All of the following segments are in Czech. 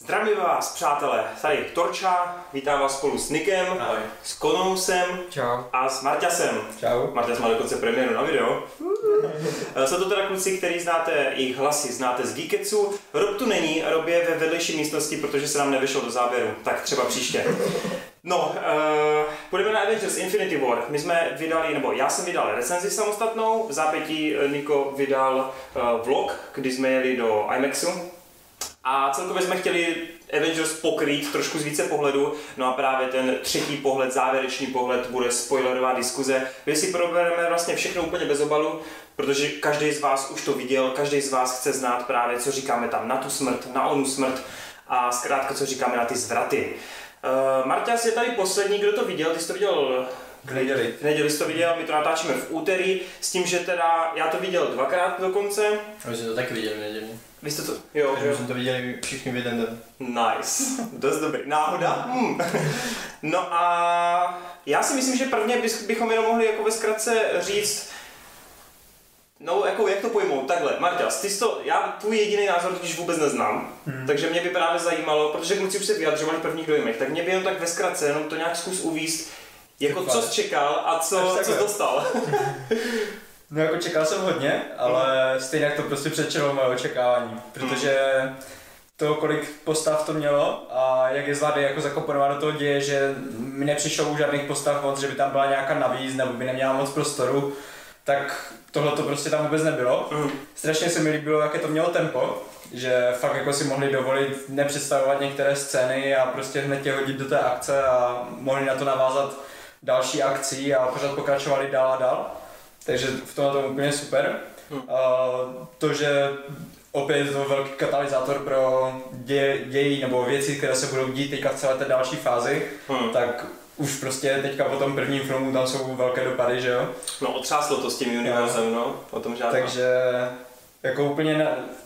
Zdravím vás, přátelé, tady Torča, vítám vás spolu s Nikem, Ahoj. s Konousem Čau. a s Marťasem. Čau. Marťas má dokonce premiéru na video. Jsou to teda kluci, který znáte, jejich hlasy znáte z Geeketsu. Rob tu není, Rob je ve vedlejší místnosti, protože se nám nevyšel do záběru, tak třeba příště. No, půjdeme na Avengers Infinity War. My jsme vydali, nebo já jsem vydal recenzi samostatnou, v zápětí Niko vydal vlog, kdy jsme jeli do IMAXu. A celkově jsme chtěli Avengers pokrýt trošku z více pohledu, no a právě ten třetí pohled, závěrečný pohled, bude spoilerová diskuze, kde si probereme vlastně všechno úplně bez obalu, protože každý z vás už to viděl, každý z vás chce znát právě, co říkáme tam na tu smrt, na onu smrt a zkrátka, co říkáme na ty zvraty. Marťas je tady poslední, kdo to viděl, ty jsi to viděl V neděli. V neděli jsi to viděl, my to natáčíme v úterý, s tím, že teda já to viděl dvakrát dokonce. My jsme to taky viděli v neděli. Vy jste to, jo. My jsme to viděli všichni v jeden den. Nice, dost dobrý. Náhoda? No a já si myslím, že prvně bychom jenom mohli jako ve zkratce říct, no jako jak to pojmout, takhle, Marťas, ty jsi to, já tvůj jediný názor totiž vůbec neznám, takže mě by právě zajímalo, protože kluci už se vyjadřovali v prvních dojmech, tak mě by jenom tak ve zkratce, jenom to nějak zkus uvíct, jako co jsi čekal a co jsi dostal. No jako čekal jsem hodně, ale stejně jak to prostě předčilo moje očekávání, protože to, kolik postav to mělo a jak je zvládne jako zakomponovat do toho děje, že mi nepřišlo u žádných postav moc, že by tam byla nějaká navíc nebo by neměla moc prostoru, tak tohle to prostě tam vůbec nebylo. Strašně se mi líbilo, jaké to mělo tempo, že fakt jako si mohli dovolit nepředstavovat některé scény a prostě hned tě hodit do té akce a mohli na to navázat další akcí a pořád pokračovali dál a dál. Takže v tomhle to úplně super. To, že opět je to velký katalyzátor pro ději nebo věci, které se budou dít teďka v celé té další fázi, tak už prostě teďka po tom prvním filmu tam jsou velké dopady, že jo? No otřáslo to s tím univerzem, no, o tom žádná. Takže jako úplně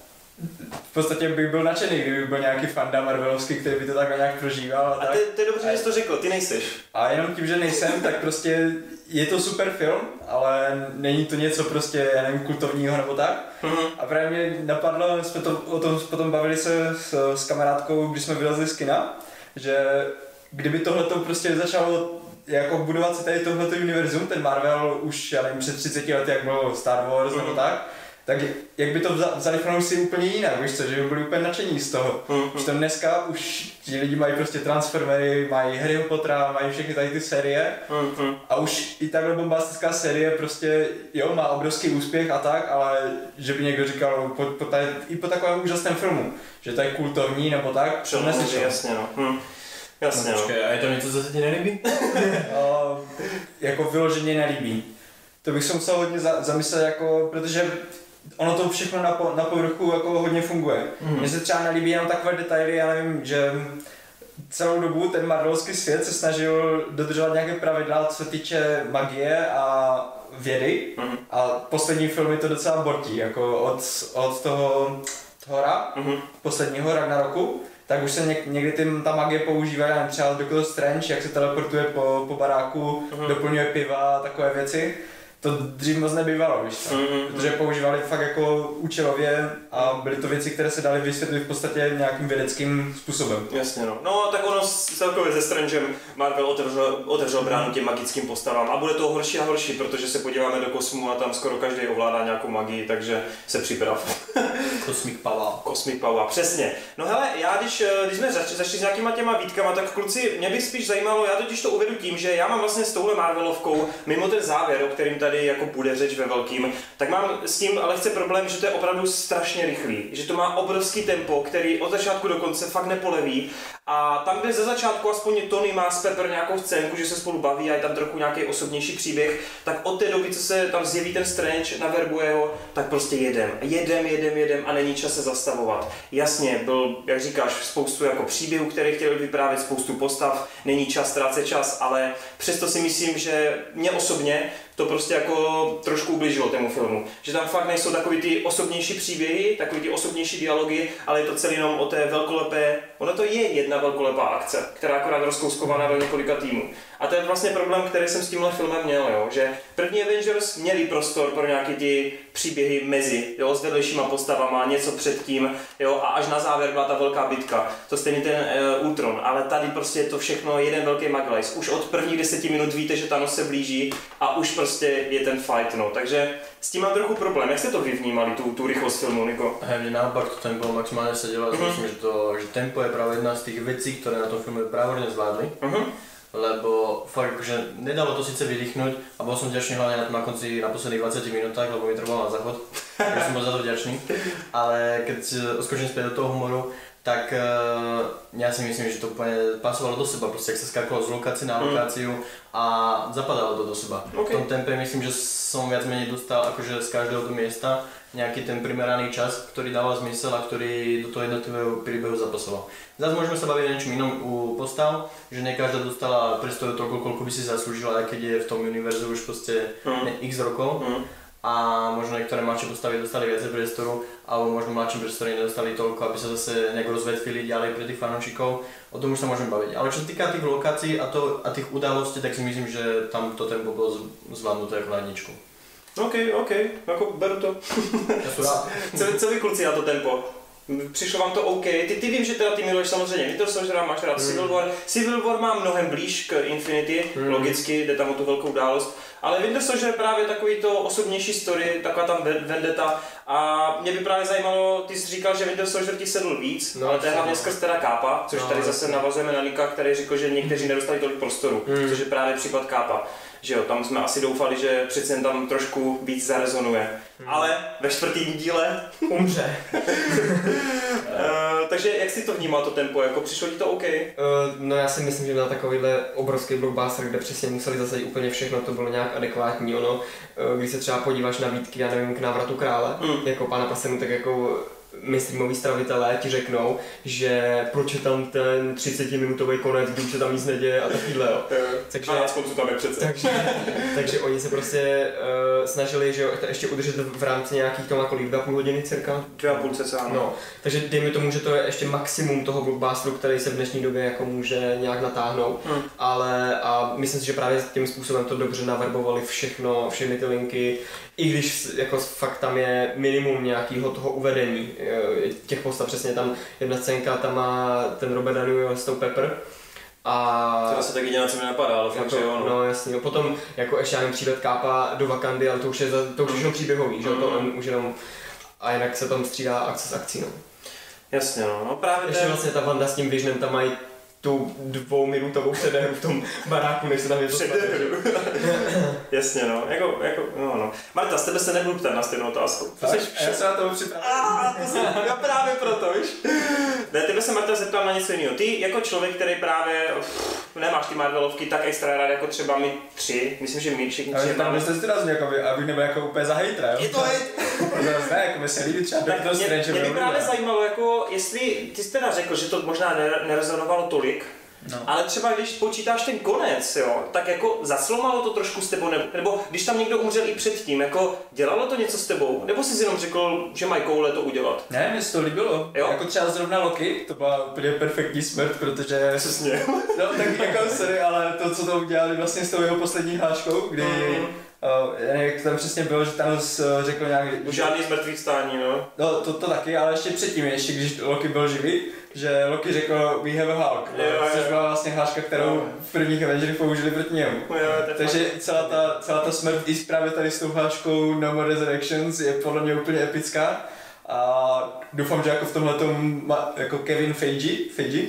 v podstatě bych byl nadšený, kdyby byl nějaký fanda Marvelovský, který by to takhle nějak prožíval. A to je dobře, že jsi to řekl, ty nejseš. A jenom tím, že nejsem, tak prostě je to super film, ale není to něco prostě, já nevím, kultovního nebo tak. A právě mě napadlo, jsme to o tom potom bavili se s kamarádkou, když jsme vylezli z kina, že kdyby tohleto prostě začalo jako budovat si tady tohleto univerzum, ten Marvel už, já nevím, před 30 lety, jak bylo Star Wars nebo tak jak by to vzali fanoušci úplně jinak, víš co, že by byli úplně nadšení z toho. Že to dneska už ti lidi mají prostě Transformery, mají Harryho Pottera, mají všechny tady ty série a už i takhle bombastická série prostě, jo, má obrovský úspěch a tak, ale že by někdo říkal i po takovém úžasném filmu, že to je kultovní nebo tak, to neslyšel. Jasně, no. Jasně, no. Počkej, a je to něco, co se ti nelíbí? Jako vyloženě nelíbí. To bych se musel hodně zamyslet, jako, protože ono to všechno na povrchu jako hodně funguje. Mně se třeba nelíbí jenom takové detaily, já nevím, že celou dobu ten marvelovský svět se snažil dodržovat nějaké pravidla, co se týče magie a vědy. A poslední filmy to docela bortí, jako od toho Thora, posledního Ragnaroku, tak už se někdy ta magie používá, já nevím, třeba Doctor Strange, jak se teleportuje po baráku, doplňuje piva a takové věci. To dřív moc nebývalo, víš co? Protože používali fakt jako účelově a byly to věci, které se daly vysvětlit v podstatě nějakým vědeckým způsobem. Jasně no. No tak ono celkově se Strangem Marvel otevřel bránu těm magickým postavám a bude to horší a horší, protože se podíváme do kosmu a tam skoro každý ovládá nějakou magii, takže se připrav. Cosmic Power, přesně. No hele, já když jsme začali s nějakýma těma výtkama, tak kluci, mě by spíš zajímalo, já totiž to uvedu tím, že já mám vlastně s touhle Marvelovkou, mimo ten závěr, o kterým tady jako bude řeč ve velkým, tak mám s tím lehce problém, že to je opravdu strašně rychlý, že to má obrovský tempo, který od začátku do konce fakt nepoleví a tam, kde ze začátku aspoň Tony má s Pepper nějakou scénku, že se spolu baví a je tam trochu nějaký osobnější příběh, tak od té doby, co se tam zjeví ten Strange, naverbuje ho, tak prostě jedem a není čas se zastavovat. Jasně, byl, jak říkáš, spoustu jako příběhů, které chtěli vyprávět, spoustu postav, není čas ztrácet čas, ale přesto si myslím, že mě osobně to prostě jako trošku ublížilo tému filmu. Že tam fakt nejsou takový ty osobnější příběhy, takový ty osobnější dialogy, ale je to celý jenom o té velkolepé, ono to je jedna velkolepá akce, která akorát rozkouskovaná do několika týmů. A to je vlastně problém, který jsem s tímhle filmem měl, jo? Že první Avengers měli prostor pro nějaký ty příběhy mezi, jo, s vedlejšíma postavama, něco předtím, jo, a až na závěr byla ta velká bitka. To stejně ten Ultron, ale tady prostě je to všechno jeden velký maglajs. Už od prvních 10 minut víte, že Thanos se blíží a už prostě je ten fight, no. Takže s tím mám trochu problém. Jak jste to vy vnímali, tu rychlost filmu, Niko? Mne naopak to tempo maximálne sedelo a myslím, že tempo je práve jedna z tých vecí, ktoré na tom filme práve zvládli. Lebo fakt akože nedalo to síce vydýchnuť a bol som vďačný hlavne na konci, na posledných 20 minútach, lebo mi trvalo na záchod, takže som bol za to vďačný. Ale keď odskočím späť do toho humoru, tak ja si myslím, že to úplne pasovalo do seba, proste ak sa skákalo z lokácie na lokáciu a zapadalo to do seba. Okay. V tom tempe myslím, že som viac menej dostal akože z každého toho miesta nejaký ten primeraný čas, ktorý dával zmysel a ktorý do toho jednotlivého príbehu zapasoval. Zase môžeme sa baviť o niečom inom u postav, že ne každá dostala priestoru toľko, koľko by si zaslúžila, aj keď je v tom univerzu už proste x rokov. A možno niektoré mladšie postavy dostali viacej priestoru, alebo možno mladšie priestory nedostali toľko, aby sa zase nejak rozvetvili ďalej pre tých fanúšikov. O tom už sa môžeme baviť. Ale čo sa týka tých lokácií a tých udalostí, tak si myslím, že tam to tempo bolo zvládnuté ako na jedničku. OK, jako beru to. Co vy kluci na to tempo? Přišlo vám to OK? Ty vím, že teda ty miluješ samozřejmě Winter Soldiera, máš rád Civil War. Civil War má mnohem blíž k Infinity, logicky, jde tam o tu velkou událost. Ale Winter Soldier je právě takový to osobnější story, taková tam vendetta. A mě by právě zajímalo, ty jsi říkal, že Winter Soldier ti sedl víc, ale to je hlavně skrz teda Kápa, což tady zase navazujeme na Nika, který řekl, že někteří nedostali tolik prostoru, což je právě případ Kápa. Že jo, tam jsme asi doufali, že přece jen tam trošku víc zarezonuje. Ale ve čtvrtém díle umře. Takže jak jsi to vnímal, to tempo, jako přišlo ti to OK? No já si myslím, že na takovýhle obrovský blockbuster, kde přesně museli zasadit úplně všechno, to bylo nějak adekvátní. Ono, když se třeba podíváš na výtky, já nevím, k Návratu krále, jako Pána prstenů, tak jako mainstreamoví stravitelé ti řeknou, že proč je tam ten 30-minutový konec, když se tam nic neděje a takovýhle, jo. Takže, a konců tam je přece. Takže oni se prostě snažili, že jo, to ještě udržet v rámci nějakých tomu kolik, 2,5 hodiny cirka? 2,5 cca, ano. No, takže dejme tomu, že to je ještě maximum toho blockbusteru, který se v dnešní době jako může nějak natáhnout, ale a myslím si, že právě tím způsobem to dobře naverbovali všechny ty linky, i když jako fakt tam je minimum nějakého toho uvedení těch postav, přesně tam jedna scénka, tam má ten Robert Downey s tou Pepper. A to asi tak jediná, co mi napadá, ale fakt, jako, že jo, no. No jasně, no. Potom jako ještě nevím, přílet Kápa do Wakandy, ale to už je všechno příběhový, že to on už jenom a jinak se tam střídá akce s akcí, no. Jasně, no právě ještě vlastně ta Wanda s tím Visionem tam mají tu 2minutovou předehru v tom baráku, než se tam je to Jasně, no, no. Marta, z tebe se nebudu ptát na stejnou otázku. Já se na to připravil. Já právě proto, víš. Ne, tebe se Marta zeptám na něco jiného. Ty jako člověk, který právě nemáš ty Marvelovky tak extra rád jako třeba my tři, myslím, že my všichni tři. Ale tam byste zdrazný, abych nebyl jako úplně za hejtra, jo? Je to hejt. Ne, jako mi se líbí třeba Doctor Strange. Mě by právě zajímalo, jako jestli ty jsi teda řekl, že to možná nerezonovalo tolik, no. Ale třeba když počítáš ten konec, jo, tak jako zaslomalo to trošku s tebou, nebo když tam někdo umřel i předtím, jako dělalo to něco s tebou, nebo jsi jenom řekl, že mají koule to udělat? Ne, mně se to líbilo, jo? Jako třeba zrovna Loki, to byla úplně perfektní smrt, protože... Přesně. No tak jako sorry, ale to, co to udělali vlastně s tou jeho poslední hláškou, kdy... jak to tam přesně bylo, že Thanos řekl nějak... Žádný zmrtvých stání, no. No to taky, ale ještě předtím, ještě když Loki byl živý, že Loki řekl we have a Hulk, což byla vlastně hláška, kterou v prvních Avengerech použili proti němu. Takže celá ta smrt i právě tady s tou hláškou No More Resurrections je podle mě úplně epická. A doufám, že jako v tomhletom jako Kevin Feige,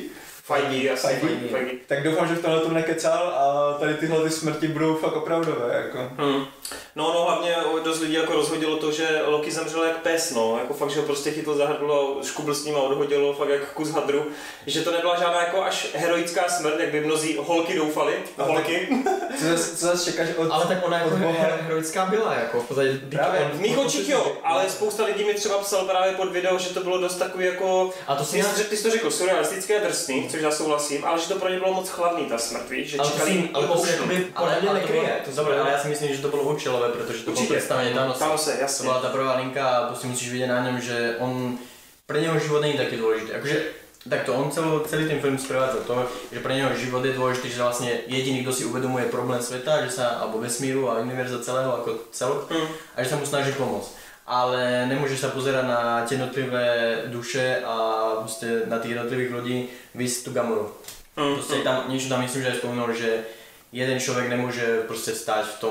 tak doufám, že v tomhle tom nekecal a tady tyhle ty smrti budou fakt opravdové, jako. No hlavně dost lidí jako rozhodilo to, že Loki zemřel jak pes, no, jako fakt, že ho prostě chytl za hrdlo a škubl s ním a odhodilo fakt jak kus hadru, že to nebyla žádná jako až heroická smrt, jak by mnozí holky doufali, holky. Co zase čekáš od... Ale tak ona jako heroická byla, jako v podstatě. Právě, v mých očích jo, ale spousta lidí mi třeba psal právě pod video, že to bylo dost takový jako... A to ty jsi to řekl, surrealistické a drsný, což já souhlasím, ale že to pro ně bylo moc chladný ta smrt, víš, že čekali ale to nekryje. Dobre, ale ja si myslím, že to bolo účelové, pretože to bolo predstavenie Thanosa. Jasne. To bola tá prvá linka a proste musíš vidieť na ňom, že on, pre neho život nie je taký dôležitý. Akože, takto, on celý ten film sprevádza to, že pre neho život je dôležitý, že vlastne jediný, kto si uvedomuje problém sveta, že sa, alebo vesmíru a univerza celého ako celok, a že sa mu snaží pomôcť. ale nemůžeš se pozerať na tie jednotlivé duše a prostě na těch jednotlivých ľudí víc tu Gamoru. Prostě tam, niečo tam myslím, že aj spomenul, že jeden člověk nemůže prostě stát v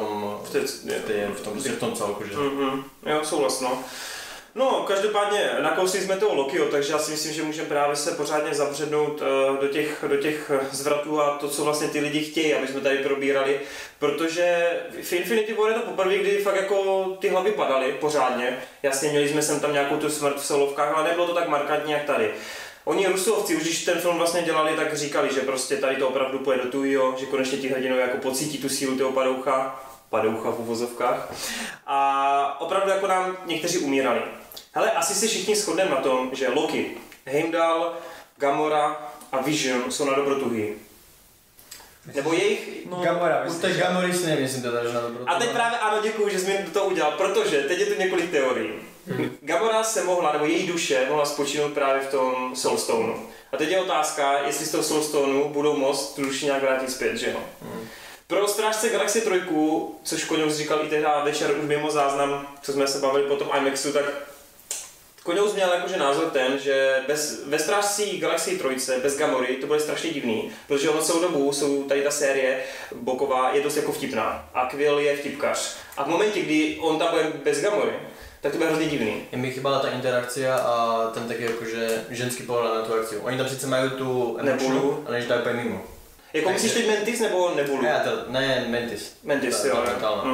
tom celku, že? Jo, souhlasno. No, každopádně nakousli jsme toho Lokiho, takže já si myslím, že můžeme právě se pořádně zabřednout do těch zvratů a to, co vlastně ty lidi chtějí, aby jsme tady probírali, protože v Infinity War je to poprvé, kdy fakt jako ty hlavy padaly pořádně. Jasně, měli jsme sem tam nějakou tu smrt v solovkách, ale nebylo to tak markantní jak tady. Oni Rusovci, už když ten film vlastně dělali, tak říkali, že prostě tady to opravdu pojede do tujího, že konečně ti hrdinové jako pocítí tu sílu toho padoucha v uvozovkách. A opravdu jako nám někteří umírali. Hele, asi si všichni shodneme na tom, že Loki, Heimdall, Gamora a Vision jsou na dobrotuhy. Nebo jejich... No, Gamora, u té Gamory si nemyslím teda, že na dobrotu. A teď právě ano, děkuju, že jsi mi to udělal, protože teď je tu několik teorií. Gamora se mohla, nebo její duše mohla spočinout právě v tom Soulstoneu. A teď je otázka, jestli z toho Soulstoneu budou moct tu duši nějak vrátit zpět, že jo? Pro Strážce Galaxie 3, což Koňous říkal i tehdy večer už mimo záznam, co jsme se bavili po tom IMAXu, tak Koňous měl jakože názor ten, že ve Strážcí Galaxie 3 bez Gamory to bude strašně divný, protože ono celou dobu jsou tady ta série boková je dost jako vtipná a Quill je vtipkař. A v momentě, kdy on tam bude bez Gamory, tak to bude hrozně divný. Je mi chybala ta interakcia a ten taky jakože ženský pohled na tu akci. Oni tam sice mají tu Nebulu, ale že to je úplně mimo. Jako myslíš teď Mantis nebo Nebulu? Ne, Mantis. Mantis, jo.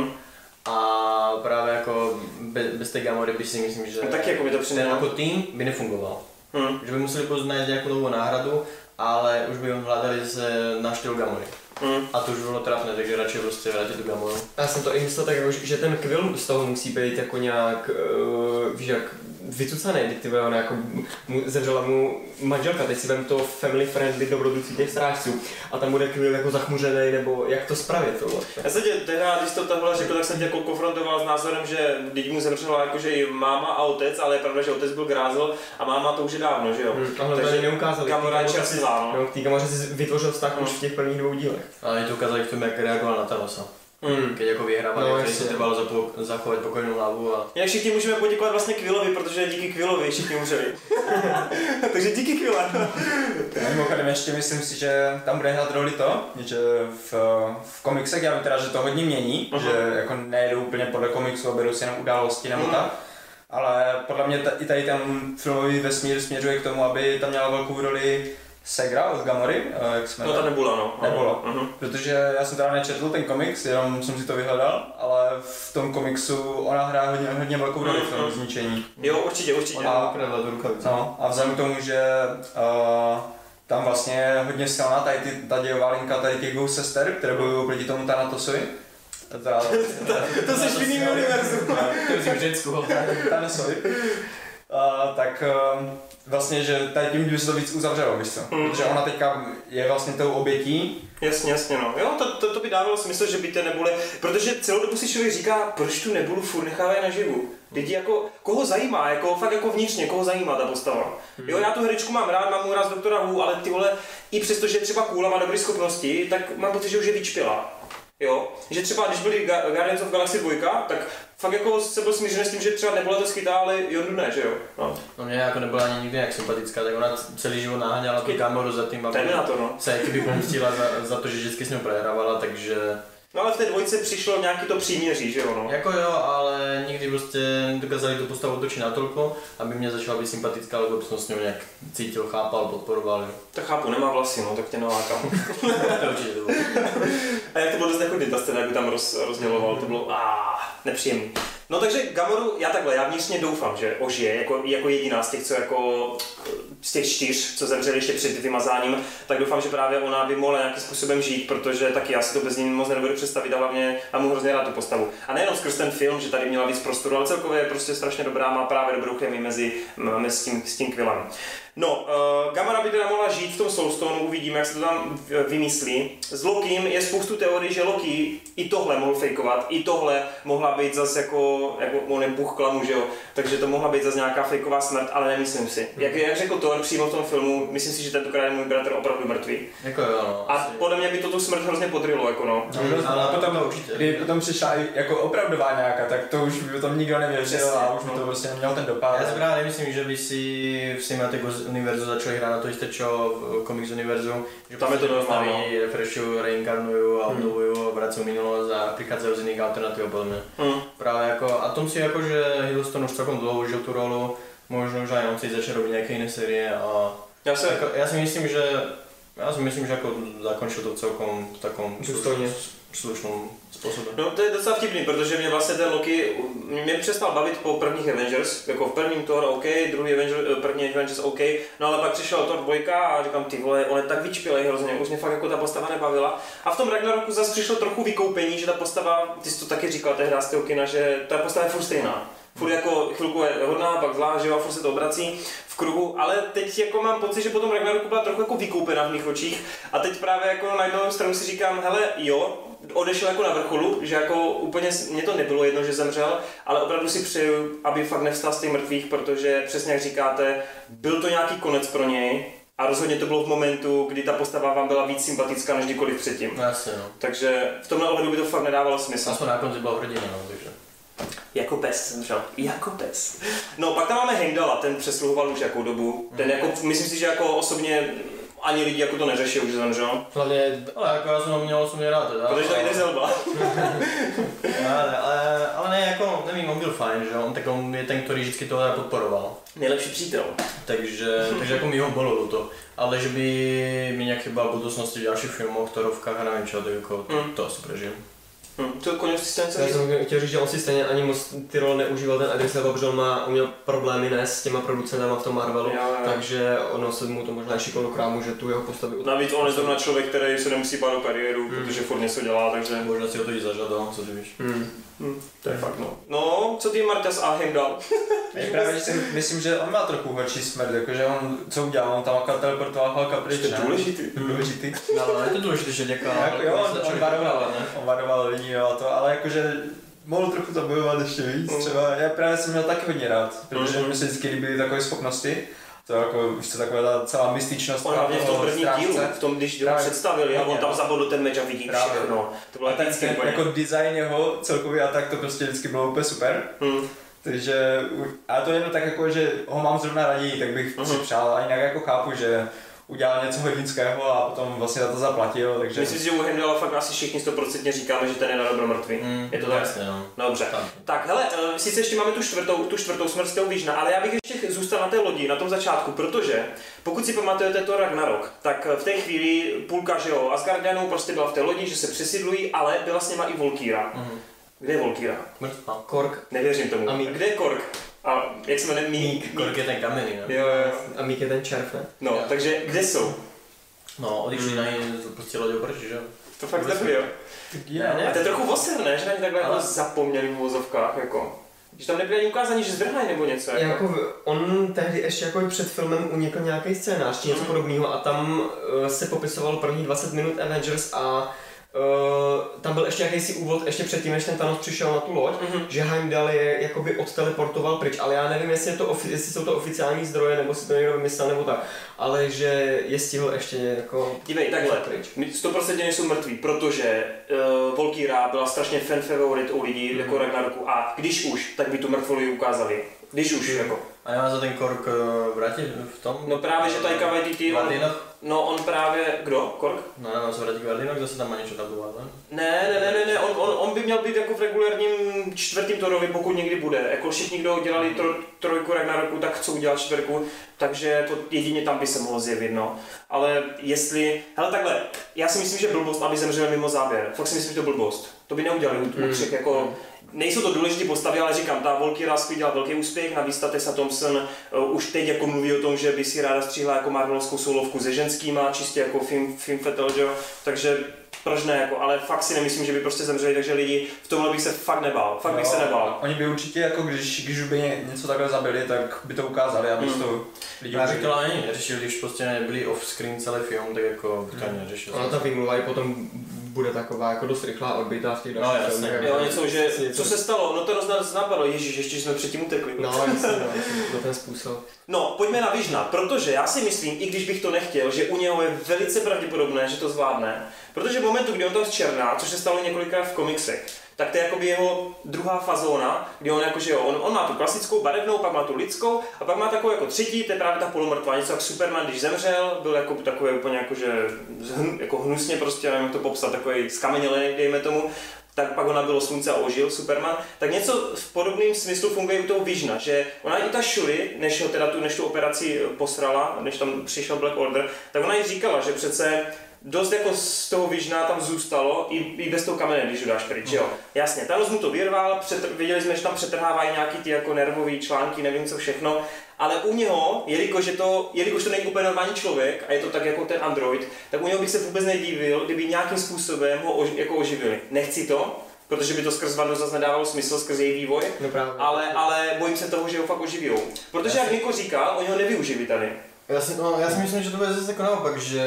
A právě jako bez té Gamory by si myslím, že no, taky jako by to ten jako tým by nefungoval. Že by museli poznat nějakou novou náhradu, ale už by hledali se na štýl Gamory. A to už bylo trapné, takže radši prostě vrátit tu Gamoru. Já jsem to i myslel tak, že ten Quill z toho musí být jako nějak, víš jak, vycucaný, ty on jako zemřela mu manželka, teď si vem to family friendly dobrodružství těch strážců a tam bude Quill jako zachmuřený, nebo jak to spravit tohle. Já jsem tě tehdy, když to tohle řekl, tak jsem tě jako konfrontoval s názorem, že když mu zemřela jakože i máma a otec, ale je pravda, že otec byl grázl a máma to už je dávno, že jo? Takže neukázali. Gamora je čerstvá, no. K té Gamoře si vytvořil vztah už v těch prvních 2 dílech. Ale to ukázali v tom, jak reagoval na Thanosa. Keď jako vyhrávali, který si trvalo zachovat pokojnou hlavu a... Jak všichni můžeme poděkovat vlastně Quillovi, protože díky Quillovi všichni umřeli. Takže díky Quilla. Mimochodem ještě myslím si, že tam bude hrát roli to, že v komiksech, já vím teda, že to hodně mění, že jako nejedou úplně podle komiksu a berou si jenom události nebo tak. Ale podle mě i tady ten filmový vesmír směřuje k tomu, aby tam měla velkou roli Segra od Gamory, jak jsme... No ta Nebula, no. Nebula, protože já jsem teda nečetl ten komiks, jenom jsem si to vyhledal, ale v tom komiksu ona hraje hodně velkou roli v tom zničení. Jo, určitě. A vzhledem k tomu, že tam vlastně hodně silná ta dějová linka tady těch 2 sester, které bojují proti tomu Thanatosovi. To jsi v jiným univerzu. To jsi v Řecku. Thanosovi. Tak vlastně, že tady tím by se to víc uzavřelo, víš co? Protože ona teďka je vlastně tou obětí. Jasně, no. Jo, to by dávalo smysl, že by ty Nebule, protože celou dobu si člověk říká, proč tu Nebulu furt nechávají naživu. Lidi jako, koho zajímá, jako fakt jako vnitřně, koho zajímá ta postava. Jo, já tu herečku mám rád rád doktora Who, ale ty vole, i přesto, že třeba Kůla má dobré schopnosti, tak mám pocit, že už je vyčpělá. Jo, že třeba když byli Guardians of Galaxy 2, tak fakt jako se byl smířený s tím, že třeba Nebula to schytá, ale Yondu ne, že jo? No mě jako nebyla ani nikdy jak sympatická, tak ona celý život naháněla tu Gamoru za tím, aby se jakoby pomstila za to, že vždycky s ním prehrávala, takže... No ale v té 2 přišlo nějaký to příměří, že jo? No? Jako jo, ale nikdy prostě dokázali tu postavu otočit natoľko, aby mě začala být sympatická, alebo jsem s ním nějak cítil, chápal, podporoval. Tak chápu, nemá vlasy, no, tak tě nalákám. Určitě to bylo. A jak to bylo dost nechodný, ta scéna, jak by tam rozděloval, to bylo nepříjemný. No takže Gamoru, já vnitřně doufám, že ožije jako jediná z těch, co jako z těch 4, co zemřeli ještě před vymazáním, tak doufám, že právě ona by mohla nějakým způsobem žít, protože taky já si to bez ní moc nedovedu představit a hlavně mám hrozně rád tu postavu. A nejenom skrz ten film, že tady měla víc prostoru, ale celkově je prostě strašně dobrá, má právě dobrou chemii mezi s tím Quillem. No, Gamora by teda mohla žít v tom Soulstoneu, uvidíme, jak se to tam vymyslí. S Lokim je spoustu teorií, že Loki i tohle mohl fejkovat, i tohle mohla být zase jako on je bůh klamu, že jo, takže to mohla být zase nějaká fejková smrt, ale nemyslím si. Jak řekl Thor přímo v tom filmu, myslím si, že tentokrát je můj bratr opravdu mrtvý. Jako jo, no. A podle mě by to tu smrt hrozně podrylo, jako no. A potom přišla jako opravdová nějaká, tak to už by tom nikdo nevěřil a už by to prostě nemělo ten dopad. Já si právě nemyslím, že by si v Cinematic univerzu začali hrát na to isté, čo v Comics univerzu, že tam je to postaví, refreshujú, reinkarnujú a obnovujú, vracujú minulosť a prichádzajú z iných alternatív podľa mňa. Práve ako, a tom si akože Hiddleston už celkom dlho užil tú rolu, možno už aj on si začal robiť nejaké iné série a ja si myslím, že ako zakončil to celkom v takom slušnom způsobem. No to je docela vtipný, protože mě vlastně ten Loki mě přestal bavit po prvních Avengers, jako v prvním Thor OK, první Avengers OK, no ale pak přišel Thor 2 a říkám ty vole, on je tak vyčpělej hrozně, už mě fakt jako ta postava nebavila. A v tom Ragnaroku zase přišlo trochu vykoupení, že ta postava, ty jsi to taky říkal tehdy z toho kina, že ta postava je furt stejná. Furt jako chvilku je hodná, pak zlá, že jo, furt se to obrací v kruhu, ale teď jako mám pocit, že potom Ragnaroku byla trochu jako vykoupená v mých očích a teď právě jako na jednu stranu si říkám, hele jo, odešel jako na vrcholu, že jako úplně mě to nebylo jedno, že zemřel, ale opravdu si přeju, aby fakt nevstal z těch mrtvých, protože přesně jak říkáte, byl to nějaký konec pro něj a rozhodně to bylo v momentu, kdy ta postava vám byla víc sympatická než kdykoliv předtím. Jasně, no. Takže v tomhle ohledu by to fakt nedávalo smysl. Aspoň na konci byla hrdina, no, takže. Jako pes, zemřel. Jako pes. No, pak tam máme Heimdalla, ten přesluhoval už jakou dobu. Ten jako, myslím si, že jako osobně ani lidi jako to neřeší, že zemřel. Hlavně, ale jako já jsem ho měl osobně rád teda. Protože to jde Zelda. ale ne, jako, nevím, on byl fajn, že on je ten, který vždycky tohle podporoval. Nejlepší přítel. Takže jako mi ho bolelo to. Ale že by mi nějak chybal v budoucnosti v dalších filmoch, Thorovkách a nevím čo, tak jako to asi prežijem. To konec si Já jsem chtěl říct, že on si stejně ani moc ty role neužíval ten Idris Elba, protože on měl problémy ne s těma producentama v tom Marvelu, takže ono se mu to možná šiklo do krámu, že tu jeho postavu... Navíc on je zrovna člověk, který se nemusí bát o kariéru, protože furt něco dělá, takže... Možná si ho to i zažadal, co ty víš. To je fakt no. No, co ty Marťas a Heimdall? Já právě si myslím, že on má trochu horší smrt, jakože on, co udělal, on tam jako teleportoval Hulka pryč, to je důležitý. No, ale je to důležité, že děká... Jo, on varoval lidi a to, ale jakože mohl trochu to bojovat ještě víc třeba. Já právě jsem měl taky hodně rád, protože mi se vždycky líbily takové schopnosti. To jako, už to taková ta celá mystičnost. On hlavně v tom prvním dílu, v tom, když ho představili a on tam zabodl ten meč a vidí všechno. To bylo ten jako design jeho celkový a tak to prostě vždycky bylo úplně super. Takže, a to jenom tak jako, že ho mám zrovna raději, tak bych si přál a jinak jako chápu, že udělal něco hrdinského a potom vlastně za to zaplatil, takže... Myslím si, že u Heimdalla fakt asi všichni 100% říkáme, že ten je na dobro mrtvý. Je to tak? Jasně, no. Dobře. Tak hele, sice ještě máme tu čtvrtou smrt z toho Visiona, ale já bych ještě zůstal na té lodi, na tom začátku, protože pokud si pamatujete to Ragnarok, tak v té chvíli půlka, že jo, Asgardianů prostě byla v té lodi, že se přesidlují, ale byla s něma i Volkýra. Kde je Volkýra? Mrtvá. Kork. Nevěřím tomu. A Mík. Kde je Kork? A jak se jmenuje Mík? Kork je ten kamenný, ne? Jo. A Mík je ten červ, ne? No, takže kde jsou? No, odišli na ní, pustili loď oproti, že jo? To fakt nebyl. A to je trochu osrné, že na ně takhle jako zapomněli v uvozovkách, jako. Že tam nebyly ani ukázaní, že zvrhají nebo něco. Jako on tehdy ještě jako před filmem unikl nějaký scénář či něco podobného a tam se popisovalo první 20 minut Avengers a tam byl ještě jakýsi úvod, ještě předtím, než ten Thanos přišel na tu loď, že Heimdall je jakoby odteleportoval pryč, ale já nevím, jestli jsou to oficiální zdroje, nebo si to někdo vymyslel, nebo tak, ale že je stihl ještě jako... Dívej, takhle, 100% nejsou mrtví, protože Volkýra byla strašně fan favorite u lidí, jako Ragnaroku, a když už, tak by tu mrtvolu ukázali. Když už, jako. A nemá za ten Kork vrátit v tom? No právě, že Taika Waititi, on právě, kdo? Kork? No nemá se vrátit k Guardianoch, zase tam má něco tabulovat, ne? Ne, on by měl být jako v regulérním čtvrtým Thorovi, pokud někdy bude. Jako všichni, kdo dělali trojku Ragnaroku, tak chcou udělat čtvrku, takže to jedině tam by se mohlo zjevit, no. Ale jestli, hele takhle, já si myslím, že blbost, aby zemřel mimo záběr. Fakt si myslím, že to blbost. To by neudělali úkřik, jako... Nejsou to důležité postavy, ale říkám, ta Volkýra udělala velký úspěch, navíc ta Tessa Thompson už teď jako mluví o tom, že by si ráda stříhla jako marvelovskou soulovku se ženskýma, čistě jako film fetel, že jo? Takže proč ne, jako, ale fakt si nemyslím, že by prostě zemřeli, takže lidi v tomhle bych se fakt nebál, fakt bych se nebál. Oni by určitě, jako když by něco takhle zabili, tak by to ukázali, aby to lidi Já bych to ani neřešil, když prostě nebyli off-screen celý film, tak jako to neřešil. Ono ta výmluva i potom bude taková jako dost rychlá odbytá v těch dalších filmech. Jo, něco, že co se stalo, no to nás napadlo, ježíš, ještě jsme předtím utekli. No, jasně, no, ten způsob. No, pojďme na Visiona, protože já si myslím, i když bych to nechtěl, že u něho je velice pravděpodobné, že to zvládne, protože v momentu, kdy on to zčerná, což se stalo několikrát v komiksech, tak to je jakoby jeho druhá fazóna, kdy on jakože jo, on má tu klasickou barevnou, pak má tu lidskou a pak má takovou jako třetí, to je právě ta polomrtvá, něco jak Superman, když zemřel, byl jako takový úplně jakože jako hnusně prostě, nevím jak to popsat, takový skamenělený, dejme tomu, tak pak ona bylo slunce a ožil Superman, tak něco v podobném smyslu funguje u toho Visiona, že ona i ta Shuri, než tu operaci posrala, než tam přišel Black Order, tak ona jí říkala, že přece dost jako z toho Visiona tam zůstalo i bez toho kamene, když ho dáš pryč, jo. Jasně, Thanos mu to vyrval, viděli jsme, že tam přetrhávají nějaký ty jako nervový články, nevím co všechno, ale u něho, jelikož to není úplně normální člověk a je to tak jako ten android, tak u něho bych se vůbec nedivil, kdyby nějakým způsobem ho jako oživili. Nechci to, protože by to skrz Wandu zase nedávalo smysl skrz její vývoj, no ale bojím se toho, že ho fakt oživijou. Protože jak Niko říkal, oni ho nevyužili tady. Já si myslím, že to bude zase jako naopak, že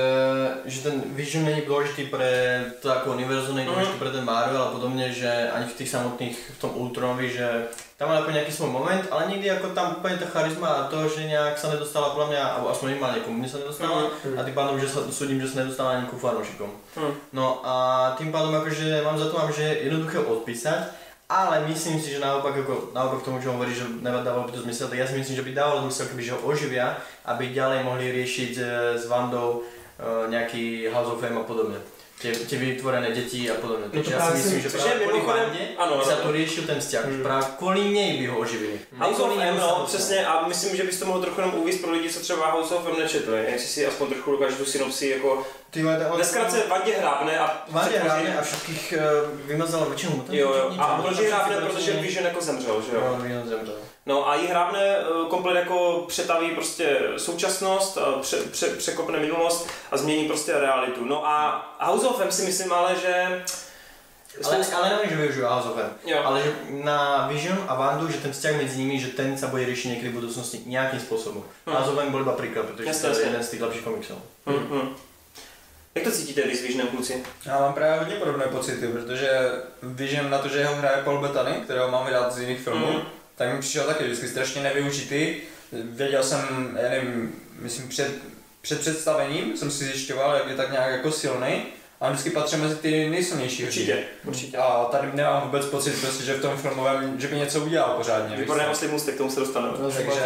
ten Vision není důležitý pro to jako univerzum, není důležitý pro ten Marvel a podobně, že ani v těch samotných, v tom Ultronovi, že tam má jako nějaký svůj moment, ale někdy jako tam úplně ta charisma a to, že nějak se nedostala podle mě, nebo aspoň minimálně jako mně se nedostala a tím pádem, že soudím, že se nedostala ani ku fanoušikům. No a tím pádem jakože mám za to, že je jednoduché odpísat, ale myslím si, že naopak tomu, že hovorí, že nedávalo by to zmysel, tak já si myslím, že by dávalo zmysel, že ho oživia, aby ďalej mohli riešiť s Wandou nejaký House of M a podobne. Tie vytvorené deti a podobne. Takže ja si myslím, že práve kvôli Wande by sa to riešil ten vzťah. Práve kvôli nej by ho oživili. House of M, no, přesně, a myslím, že bys to mohl trochu jenom uvíct pro lidi, co třeba House of M nečetli. Jestli si aspoň trochu dokážeš tu synopsi jako... Ve zkratce Vandě hrábne a... Vandě hrábne a všetkých vymazala většinu mutantů. Jo. A proč je hrábne? Protože Vision jako zemřel, že jo? No, Vision zemřel. No a jí hrábne komplet jako přetaví prostě současnost, překopne minulost a změní prostě realitu. No a House of M si myslím ale, že... Ale nevím, že využiju House of M, ale že na Vision a Wandu, že ten vzťah mezi nimi, že ten sa bude riešiť niekedy v budúcnosti nejakým spôsobom. House of M bol iba príklad, protože to je jeden z těch lepších komiksů. Jak to cítíte vy s Visionem, kluci? Já mám právě hodně podobné pocity, protože Vision na to, že ho hraje Paul Bettany, kterého mám rád z jiných filmů, tak mi přišel taky vždycky strašně nevyužitý. Věděl jsem, já nevím, myslím před představením jsem si zjišťoval, jak je tak nějak jako silný. A vždycky patří mezi ty nejsilnější hrdiny. Určitě. A tady nemám vůbec pocit, prostě, že v tom filmovém, že by něco udělal pořádně. Výborné oslý můstek, k tomu se dostaneme.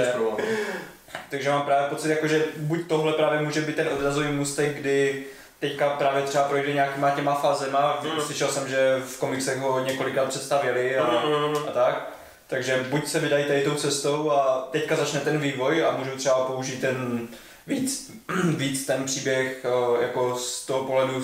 Takže mám právě pocit, jako, že buď tohle právě může být ten odrazový můstek, kdy teďka právě třeba projde nějakýma těma fázema. Slyšel jsem, že v komiksech ho několikrát představili a tak. Takže buď se vydají tady tou cestou a teďka začne ten vývoj a můžu třeba použít ten víc ten příběh jako z toho pohledu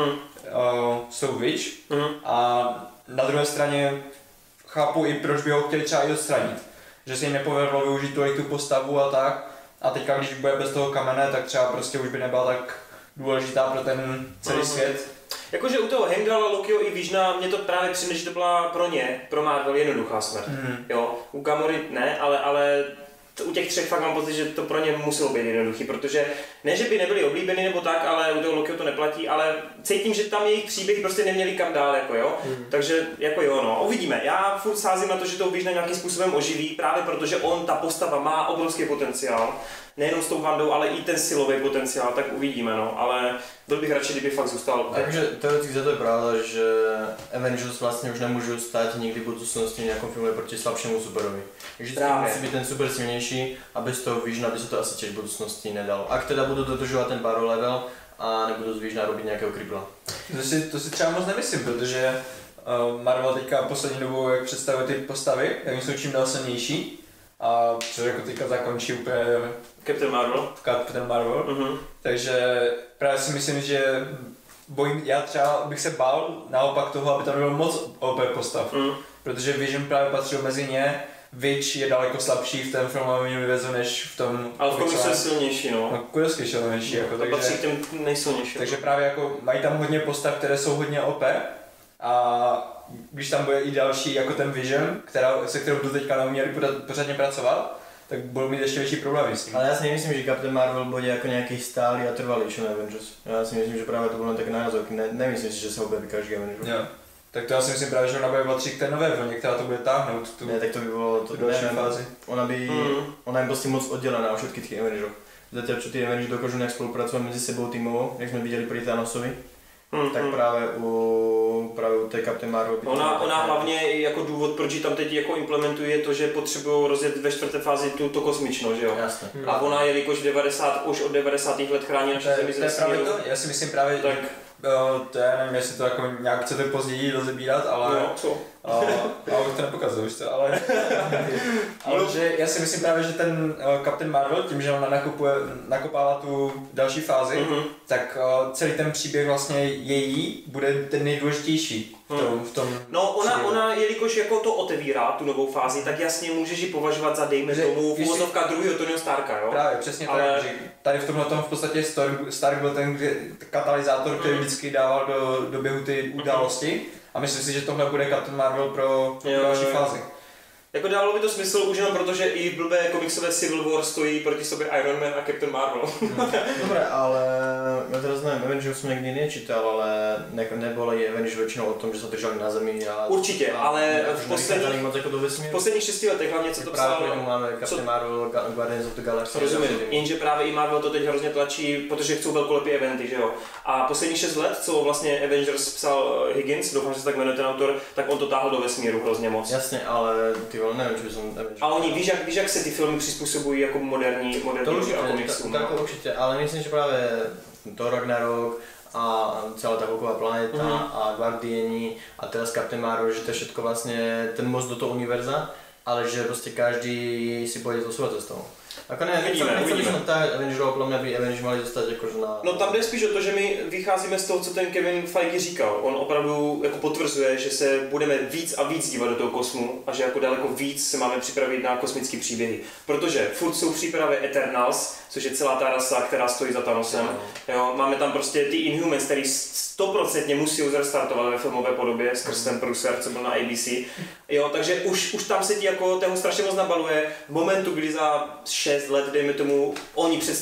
s tou Witch. A na druhé straně chápu i proč by ho chtěli třeba i odstranit. Že se jim nepovedlo využít tu postavu a tak. A teďka když bude bez toho kamene, tak třeba prostě už by nebyla tak důležitá pro ten celý svět. Jakože u toho Heimdalla, Lokiho i Visiona mě to právě přijde, že to byla pro Marvel jednoduchá smrt. Jo, u Gamory ne, ale u těch třech fakt mám pocit, že to pro ně muselo být jednoduchý, protože ne, že by nebyli oblíbení nebo tak, ale u toho Lokiho to neplatí, ale cítím, že tam jejich příběhy prostě neměli kam dál, jako jo. Takže jako jo, no, uvidíme. Já furt sázím na to, že to Visiona nějakým způsobem oživí, právě protože ta postava má obrovský potenciál. Nejenom s tou Wandou, ale i ten silový potenciál, tak uvidíme, no, ale byl bych radši, kdyby fakt zůstal. Takže teoreticky za to je pravda, že Avengers vlastně už nemůžou stát nikdy v budoucnosti v nějakom filmu proti slabšímu superovi. Vždycky musí být ten super silnější a bez toho Visiona by se to asi těž v budoucnosti nedalo. Ak teda budou dodržovat ten barrel level a nebudou z Visiona robit nějakého kripla. To si třeba moc nemyslím, protože Marvel teďka poslední dobou, jak představuje ty postavy, tak jsou čím dál silnější. A což jako teďka zakončí úplně Captain Marvel. Takže právě si myslím, že já třeba bych se bál naopak toho, aby tam bylo moc OP postav. Protože Vision právě patřil mezi ně Witch je daleko slabší v tom filmovém univerzu než v tom... Ale v komiksu je silnější, no. No, kudelsky silnější, jako, To patří k těm nejsilnějším. takže právě jako mají tam hodně postav, které jsou hodně OP a když tam bude i další jako ten Vision, se kterou doteďka neuměli pořádně pracovat, tak budou mít ještě větší problémy s tím. Ale já si nemyslím, že Captain Marvel bude jako nějaký stálý a trvalejší Avengers. Já si myslím, že právě to bylo tak nárazovky, nemyslím si, že se objeví každý Avengers. Jo. Tak to já si myslím právě, že ona bude patří k té nové vlně, která to bude táhnout, Ne, tak to by bylo to další fázi. Ona je prostě moc oddělená od všetkých těch Avengerů. Zatiaľ, čo tí Avengers dokážu nejak spolupracovať medzi sebou tímovo, jak sme videli pri Thanosovi, tak právě u té Captain Marvel. Ona hlavně jako důvod, proč ji tam teď jako implementuje, je to, že potřebují rozjet ve čtvrté fázi tu kosmičnou, že jo? Jasné. A ona, jelikož už od 90. let chrání naše zemi ze vesmíru. Já si myslím právě, tak to já nevím, jestli to jako nějak chcete později rozebírat, ale... No, co? Ale to nepokazuju už to, ale že já si myslím právě, že ten Captain Marvel, tím, že ona nakopává tu další fázi, tak celý ten příběh vlastně její bude ten nejdůležitější v tom No ona, jelikož jako to otevírá, tu novou fázi, tak jasně můžeš ji považovat za, dejme tomu, uvozovka druhého Tonyho Starka, jo? Právě, přesně ale... tak, že tady v tomhle v podstatě Stark byl ten katalyzátor, který vždycky dával do běhu ty události. A myslím si, že tohle bude Captain Marvel pro další fázi. Jako dávalo by to smysl už jenom proto, že i v blbé komiksové Civil War stojí proti sobě Iron Man a Captain Marvel. Dobre, ale ja teraz neviem, Avengers som nikdy nečítal, ale neboli Avengers väčšinou o tom, že sa držali na zemi a... Určitě, ale v posledních 6 letech hlavně co to psal... Právě máme Captain Marvel, Guardians of the Galaxy. Rozumím, jenže právě i Marvel to teď hrozně tlačí, protože chcou velkolepé eventy, že jo. A posledních 6 let, co vlastně Avengers psal Higgins, doufám, že se tak jmenuje ten autor, tak on to táhl do vesmíru hrozně moc. Jasně, ale nevím, či by som... A oni, víš jak se ty filmy přizpůsobují jako moderní komiksům. Tak určitě, ale myslím, že právě Thor Ragnarok a celá ta Hulková planéta a Guardiani a teraz Captain Marvel, že to je všetko vlastně ten most do toho univerza, ale že prostě každý si pôjde to svojou cestou. Ako Uvidíme. Avengerov, podľa mňa by Avengers mali dostať akože na... No tam jde spíš o to, že my vycházíme z toho, co ten Kevin Feige říkal. On opravdu jako potvrzuje, že se budeme víc a víc dívat do toho kosmu a že jako daleko víc se máme připravit na kosmické příběhy. Protože furt jsou přípravy Eternals, což je celá ta rasa, která stojí za Thanosem. Jo, máme tam prostě ty Inhumans, který 100% musí zrestartovat ve filmové podobě skrz ten průser, co byl na ABC. Jo, takže už tam se ti jako toho strašně moc nabaluje. V momentu, kdy za 6 let, dejme tomu, oni